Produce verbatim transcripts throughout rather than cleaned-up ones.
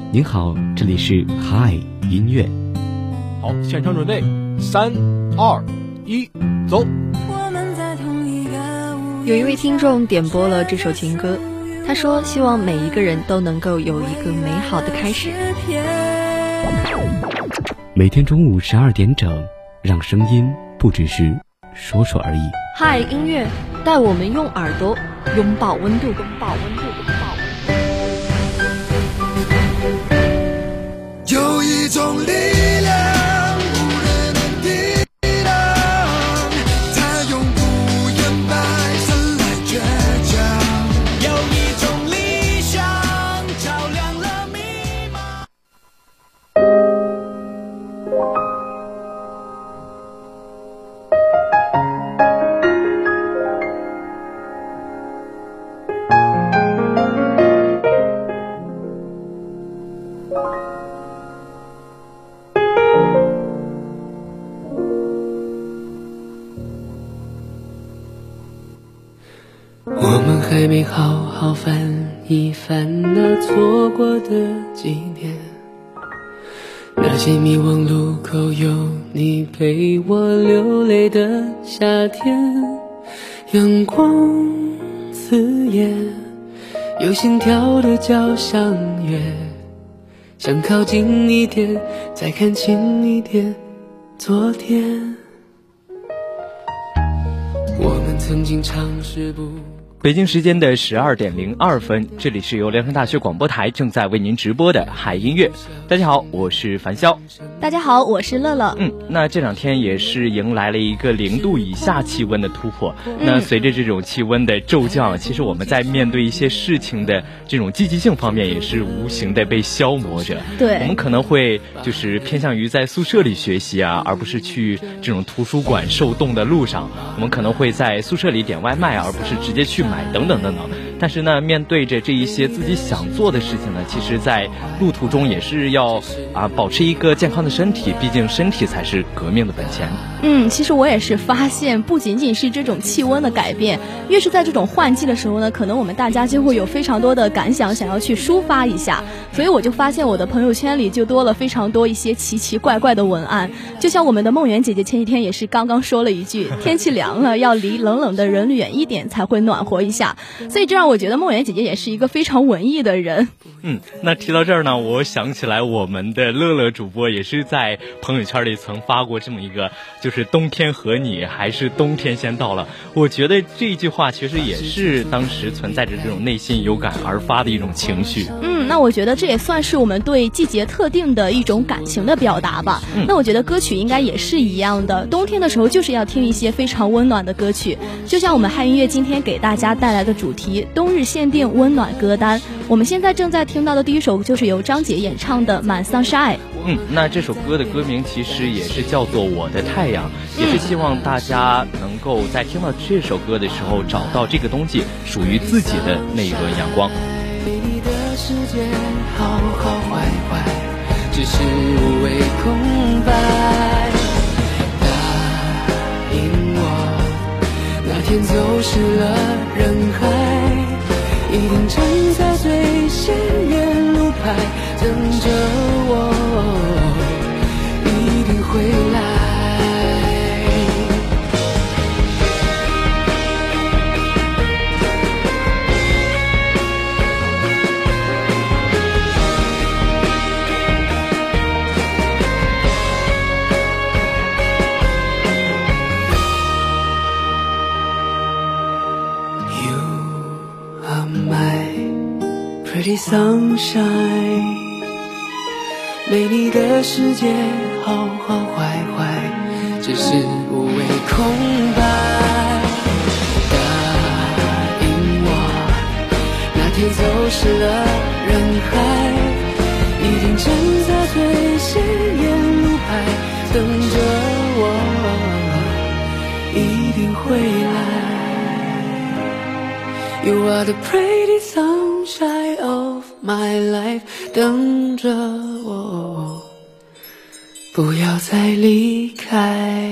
您好，这里是 Hi 音乐。 好，现场准备，三二一，走。 有一位听众点播了这首情歌，他说希望每一个人都能够有一个美好的开始。 每天中午十二点整，让声音不只是说说而已。 嗨，音乐带我们用耳朵拥抱温度，拥抱温度，拥抱温度。有一种力量无人能抵挡，它用不言白色来倔强。有一种理想照亮了迷茫。 我们还没好好翻一翻那错过的几年，那些迷惘路口有你陪我流泪的夏天，阳光刺眼，有心跳的交响乐，想靠近一点，再看清一点昨天。我们曾经尝试不北京时间的十二点零二分，这里是由辽宁大学广播台正在为您直播的海音乐。大家好，我是樊潇。 大家好，我是乐乐。 嗯，那这两天也是迎来了一个零度以下气温的突破。嗯、那随着这种气温的骤降，其实我们在面对一些事情的这种积极性方面，也是无形的被消磨着。 对， 我们可能会就是偏向于在宿舍里学习啊，而不是去这种图书馆受冻的路上。我们可能会在宿舍里点外卖，而不是直接去买等等等等。但是呢，面对着这一些自己想做的事情呢，其实在路途中也是要啊保持一个健康的身体，毕竟身体才是革命的本钱。 嗯，其实我也是发现，不仅仅是这种气温的改变，越是在这种换季的时候呢，可能我们大家就会有非常多的感想，想要去抒发一下。所以我就发现我的朋友圈里就多了非常多一些奇奇怪怪的文案。就像我们的梦圆姐姐前几天也是刚刚说了一句，天气凉了，要离冷冷的人远一点才会暖和一下。所以这让我觉得梦圆姐姐也是一个非常文艺的人。 嗯，那提到这儿呢，我想起来我们的乐乐主播也是在朋友圈里曾发过这么一个，就是冬天和你还是冬天先到了。我觉得这句话其实也是当时存在着这种内心有感而发的一种情绪。 嗯，那我觉得这也算是我们对季节特定的一种感情的表达吧。嗯、那我觉得歌曲应该也是一样的，冬天的时候就是要听一些非常温暖的歌曲，就像我们嗨音乐今天给大家带来的主题冬日限定温暖歌单。我们现在正在听到的第一首就是由张杰演唱的《满 Sunshine》。 嗯，那这首歌的歌名其实也是叫做《我的太阳》，也是希望大家能够在听到这首歌的时候找到这个东西属于自己的那一轮阳光。 你的世界好好坏坏，只是无谓空白。答应我，那天走失了人海，一定站在最显眼路牌等着我，一定会来。Pretty sunshine， 没你的世界好好坏坏，只是无谓空白。答应我，那天走失了人海，一定站在最显眼路牌等着我，一定会来。You are the pretty sunshine of my life， 等着我，不要再离开。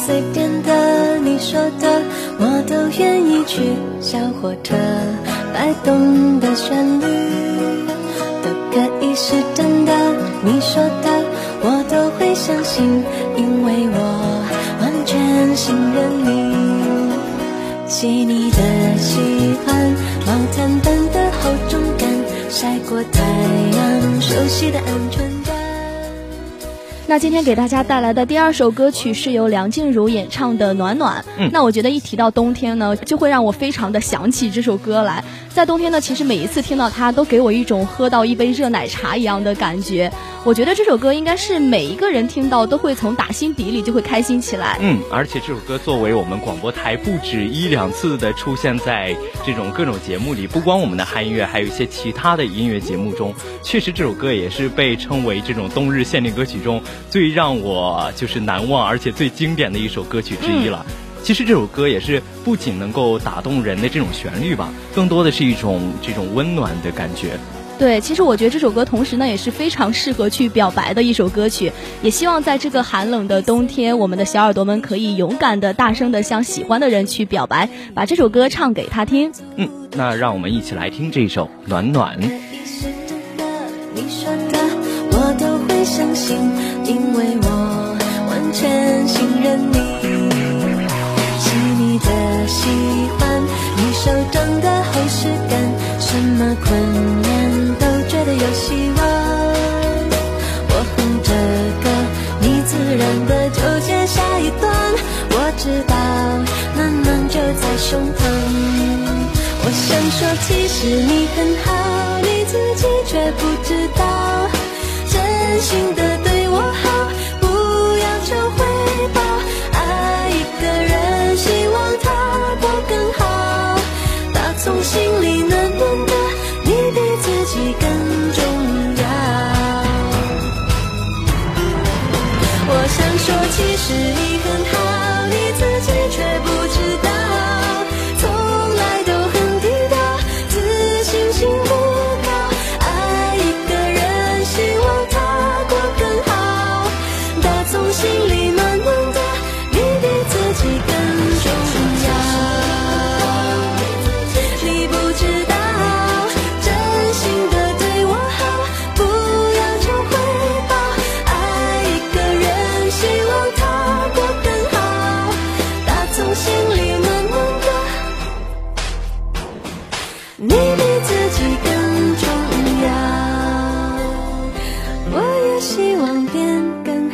随便的，你说的我都愿意去。小火车摆动的旋律都可以是真的，你说的我都会相信，因为我完全信任你。细腻的喜欢，毛毯般的厚重感，晒过太阳，熟悉的安全感。 那今天给大家带来的第二首歌曲是由梁静茹演唱的《暖暖》。嗯，那我觉得一提到冬天呢，就会让我非常的想起这首歌来。在冬天呢，其实每一次听到它，都给我一种喝到一杯热奶茶一样的感觉。我觉得这首歌应该是每一个人听到都会从打心底里就会开心起来。 嗯，而且这首歌作为我们广播台不止一两次的出现在这种各种节目里，不光我们的汉音乐，还有一些其他的音乐节目中，确实这首歌也是被称为这种冬日限定歌曲中最让我就是难忘而且最经典的一首歌曲之一了。嗯，其实这首歌也是不仅能够打动人的这种旋律吧，更多的是一种这种温暖的感觉。 对，其实我觉得这首歌同时呢也是非常适合去表白的一首歌曲，也希望在这个寒冷的冬天，我们的小耳朵们可以勇敢的大声的向喜欢的人去表白，把这首歌唱给他听。 嗯，那让我们一起来听这首暖暖。 你说的我都会相信，因为我完全信任你。细腻的喜欢，你手掌的厚实感，什么困难都觉得有希望。我哼着歌，你自然的就接下一段，我知道暖暖就在胸膛。我想说其实你很好，你自己却不知道，真心的对我好，不要求回报。爱一个人，希望他过更好，打从心里暖暖的，你比自己更重要。我想说其实你很好，你自己却不知道，从来都很低调，自信心不高。爱一个人，希望他过更好，打从心里暖暖的，你比自己更重要。你不知道，真心的对我好，不要求回报。爱一个人，希望他过更好，打从心里暖暖的，你比自己更重要。我也希望变更好。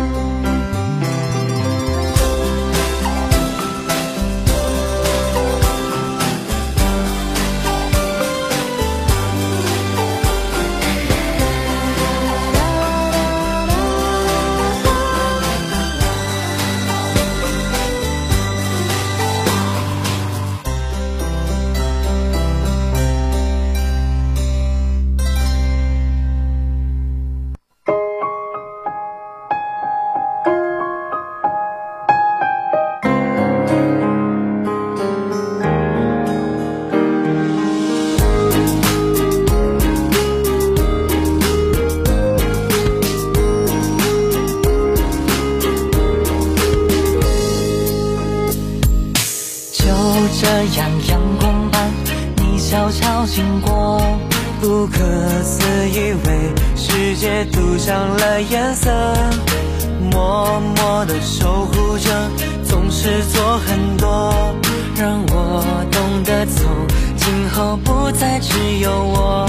这样阳光般，你悄悄经过，不可思议为世界涂上了颜色，默默地守护着，总是做很多，让我懂得从今后不再只有我。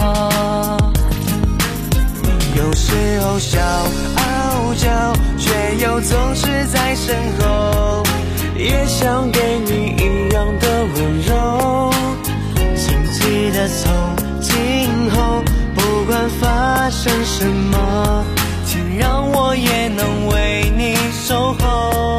你有时候小傲娇，却又总是在身后，也想给你一样的温柔，请记得从今后不管发生什么，请让我也能为你守候。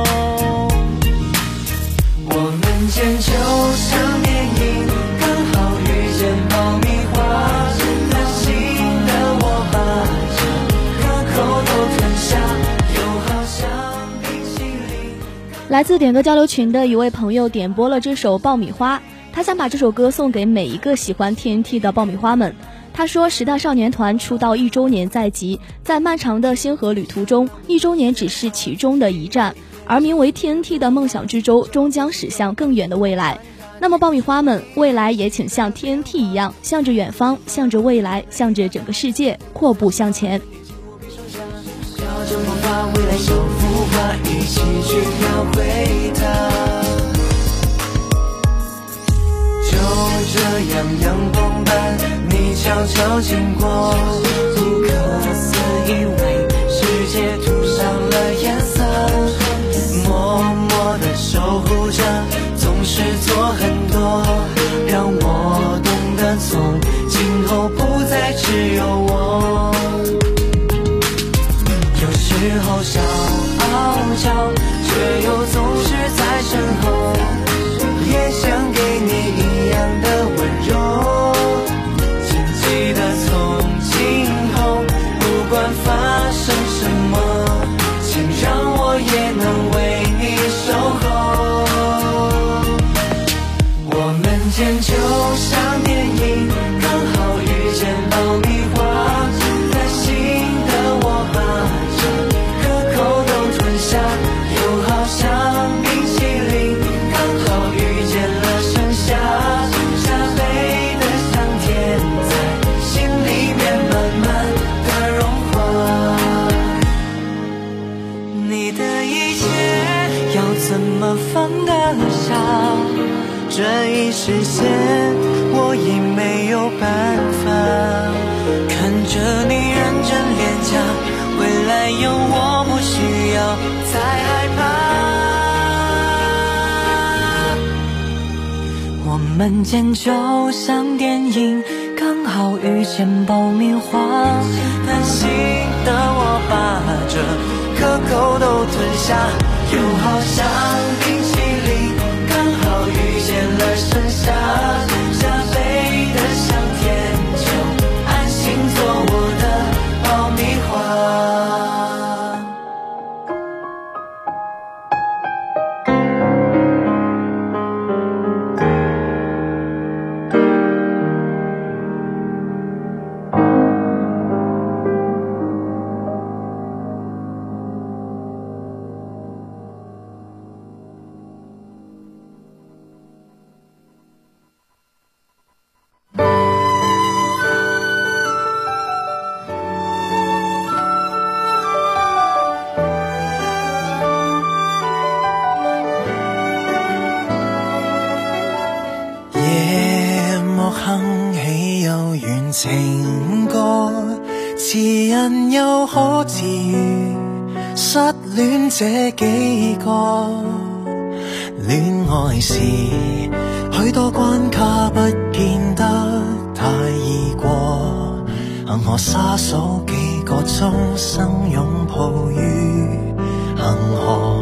我们间就像电影，刚好遇见爆米花，真心的我把这颗口都吞下，又好像冰淇淋。 来自点歌交流群的一位朋友点播了这首爆米花，他想把这首歌送给每一个喜欢 T N T 的爆米花们。他说十大少年团出道一周年在即，在漫长的星河旅途中，一周年只是其中的一站。 而名为 T N T 的梦想之舟终将驶向更远的未来。那么爆米花们，未来也请像 T N T 一样，向着远方，向着未来，向着整个世界阔步向前。 飘着魔法，未来有幅画，一起去描绘它。就这样阳光般，你悄悄经过，不可思议为世界涂上了颜色，默默地守护着，总是做很多，让我懂得从今后不再只有我。有时候小傲娇，却又总是在身后，也想给你一样的温柔。请记得从今后，不管发生什么，请让我也能为你守候。我们间就像电影，刚好遇见爆米花，担心的我把这可口都吞下，又好像冰淇淋，刚好遇见了盛夏，加倍的香甜在心里面慢慢的融化。你的一切要怎么放得下？这一时间我已没有办法，看着你认真脸颊，未来有我不需要再害怕。我们间就像电影，刚好遇见爆米花，担心的我把这可口都吞下，又好像冰淇淋，刚好遇见了盛夏，加倍的香甜，就安心做我的爆米花。情歌詞人又可治愈失戀這幾個，戀愛是許多關卡，不見得太易過，幸可灑數幾個終生擁抱於恒河。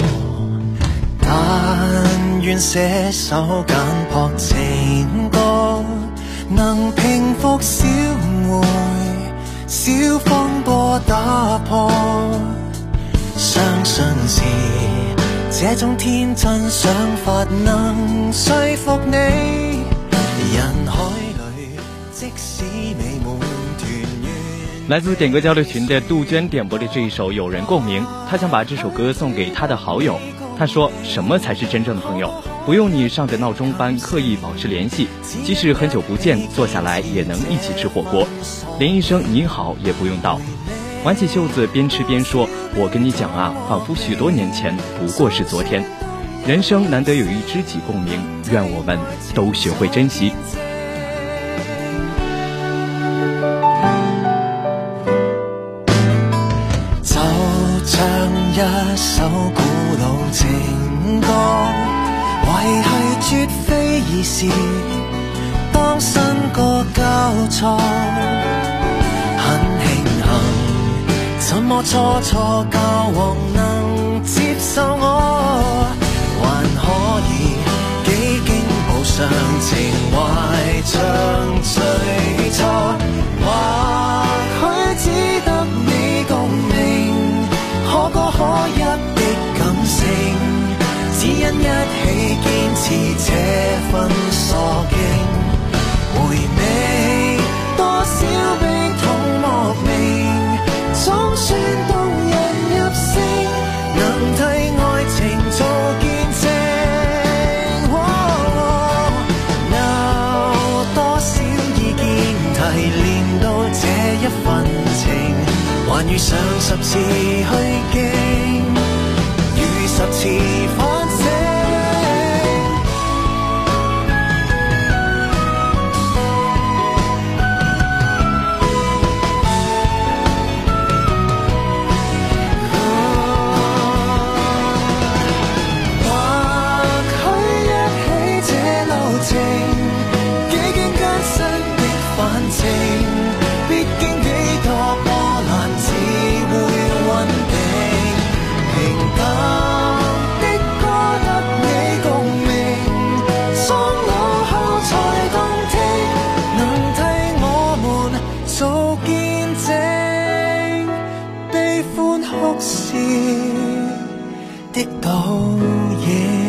但願寫首簡樸情歌，能平復小會小風波打破，相信是這種天真想法能說服你。人海裏即使美滿團圓。 來自點歌交流群的杜鹃點播的這一首有人共鳴，他想把這首歌送給他的好友。他說什麼才是真正的朋友，不用你上着鬧鐘般刻意保持聯繫，即使很久不見，坐下來也能一起吃火鍋，連一聲你好也不用道。挽起袖子邊吃邊說，我跟你講啊，仿佛許多年前不過是昨天。人生難得有一知己共鳴，願我們都學會珍惜。 就像一首古老情歌，維繫絕非易事，當新歌交錯，很慶幸怎麼初初交往能接受我，還可以幾經補償，情懷像最初，或許只得你共鳴，可歌可泣的感性，只因一起堅持這份傻勁，回味多少悲痛莫名，總算動人入聲，能替愛情情，還遇上十次虛驚，遇十次反省。的倒影。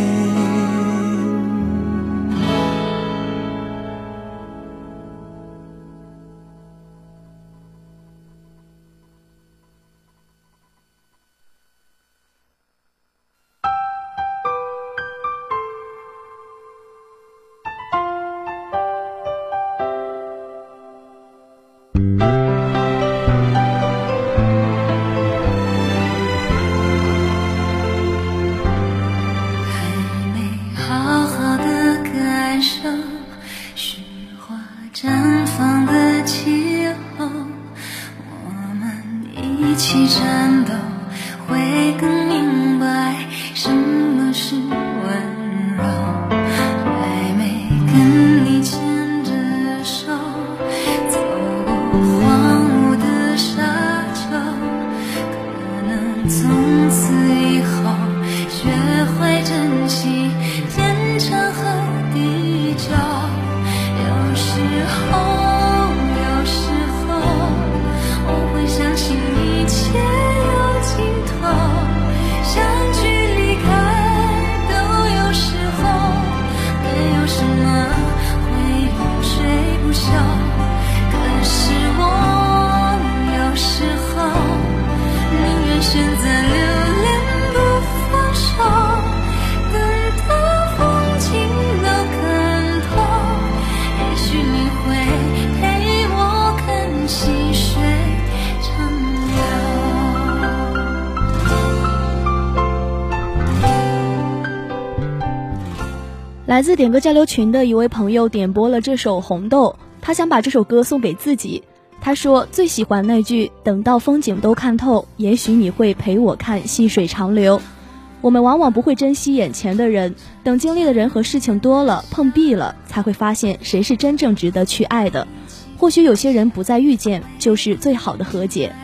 来自点歌交流群的一位朋友点播了这首《红豆》，他想把这首歌送给自己。他说最喜欢那句等到风景都看透，也许你会陪我看细水长流。我们往往不会珍惜眼前的人，等经历的人和事情多了，碰壁了，才会发现谁是真正值得去爱的。或许有些人不再遇见，就是最好的和解。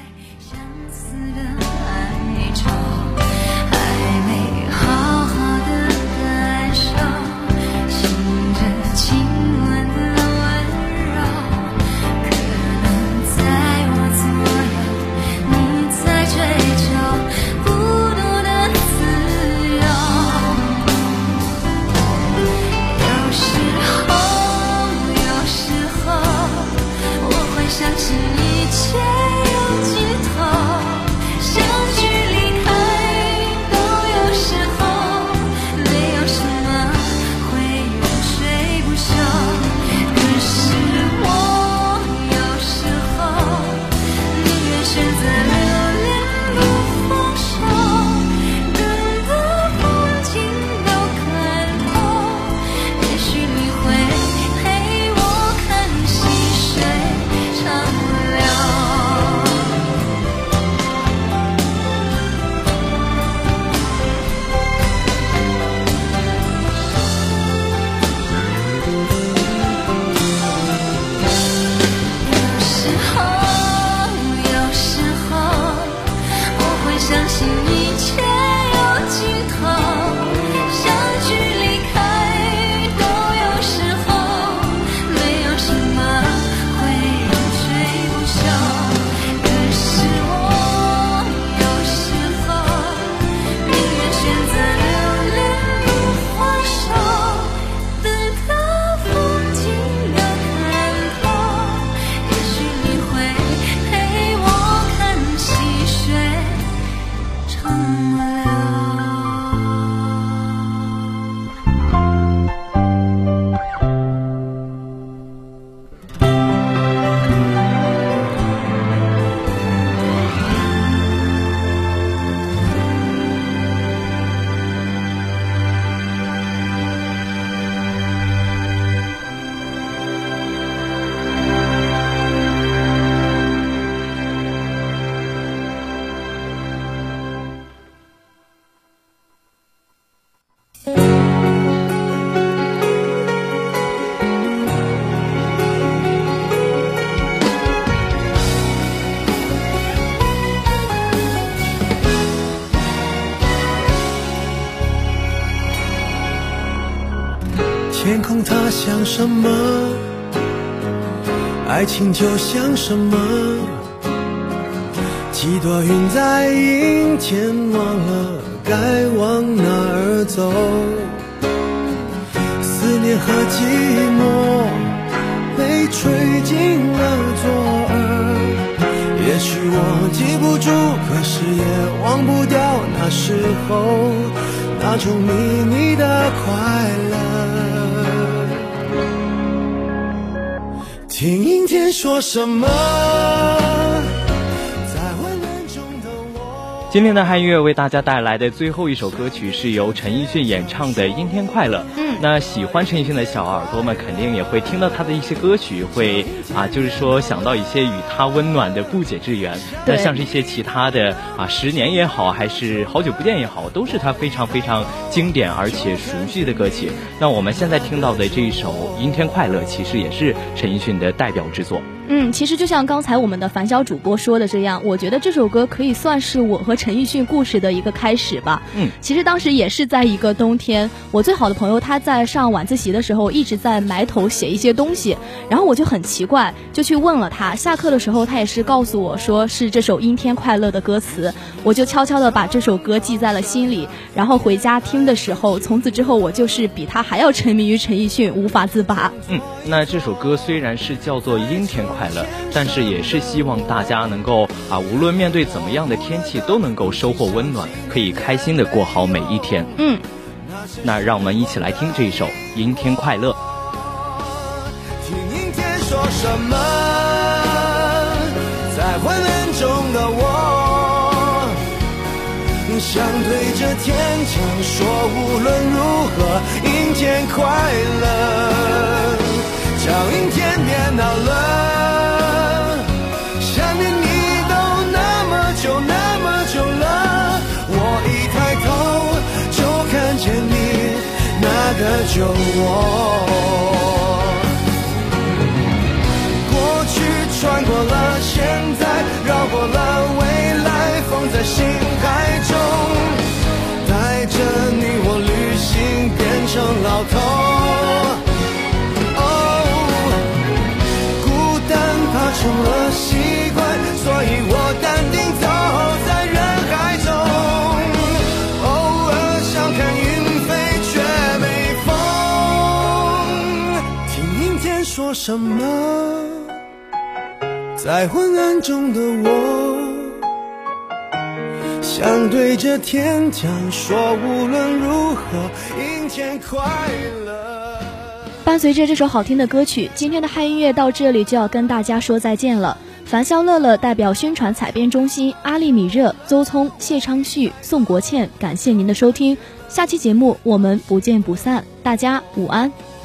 相信一切有尽天空它像什么？爱情就像什么？几朵云在阴天，忘了该往哪儿走。思念和寂寞被吹进了左耳，也许我记不住，可是也忘不掉那时候那种秘密的快乐。听阴天说什么？ 今天的汉乐为大家带来的最后一首歌曲是由陈奕迅演唱的《阴天快乐》。嗯，那喜欢陈奕迅的小耳朵们肯定也会听到他的一些歌曲，会啊，就是说想到一些与他温暖的不解之缘。那像是一些其他的啊，十年也好，还是好久不见也好，都是他非常非常经典而且熟悉的歌曲。那我们现在听到的这一首《阴天快乐》，其实也是陈奕迅的代表之作。 嗯，其实就像刚才我们的樊晓主播说的这样，我觉得这首歌可以算是我和陈奕迅故事的一个开始吧。嗯，其实当时也是在一个冬天，我最好的朋友他在上晚自习的时候一直在埋头写一些东西，然后我就很奇怪，就去问了他。下课的时候他也是告诉我说是这首《阴天快乐》的歌词，我就悄悄的把这首歌记在了心里，然后回家听的时候，从此之后我就是比他还要沉迷于陈奕迅，无法自拔。 嗯，那这首歌虽然是叫做《阴天快乐》，快乐，但是也是希望大家能够啊，无论面对怎么样的天气，都能够收获温暖，可以开心的过好每一天。 嗯， 那让我们一起来听这一首《阴天快乐》。 听阴天说什么，在昏暗中的我，想对着天讲说，无论如何，阴天快乐。叫阴天别闹了，想念你都那么久那么久了，我一抬头就看见你那个就我。过去穿过了现在，绕过了未来，放在心海中，带着你我旅行变成老头。成了习惯，所以我淡定走在人海中，偶尔想看云飞却没风。听阴天说什么，在昏暗中的我，想对着天讲说，无论如何，阴天快乐。 伴随着这首好听的歌曲，今天的嗨音乐到这里就要跟大家说再见了。樊笑乐乐代表宣传采编中心，阿丽米热、邹聪、谢昌旭、宋国倩，感谢您的收听。下期节目我们不见不散，大家午安。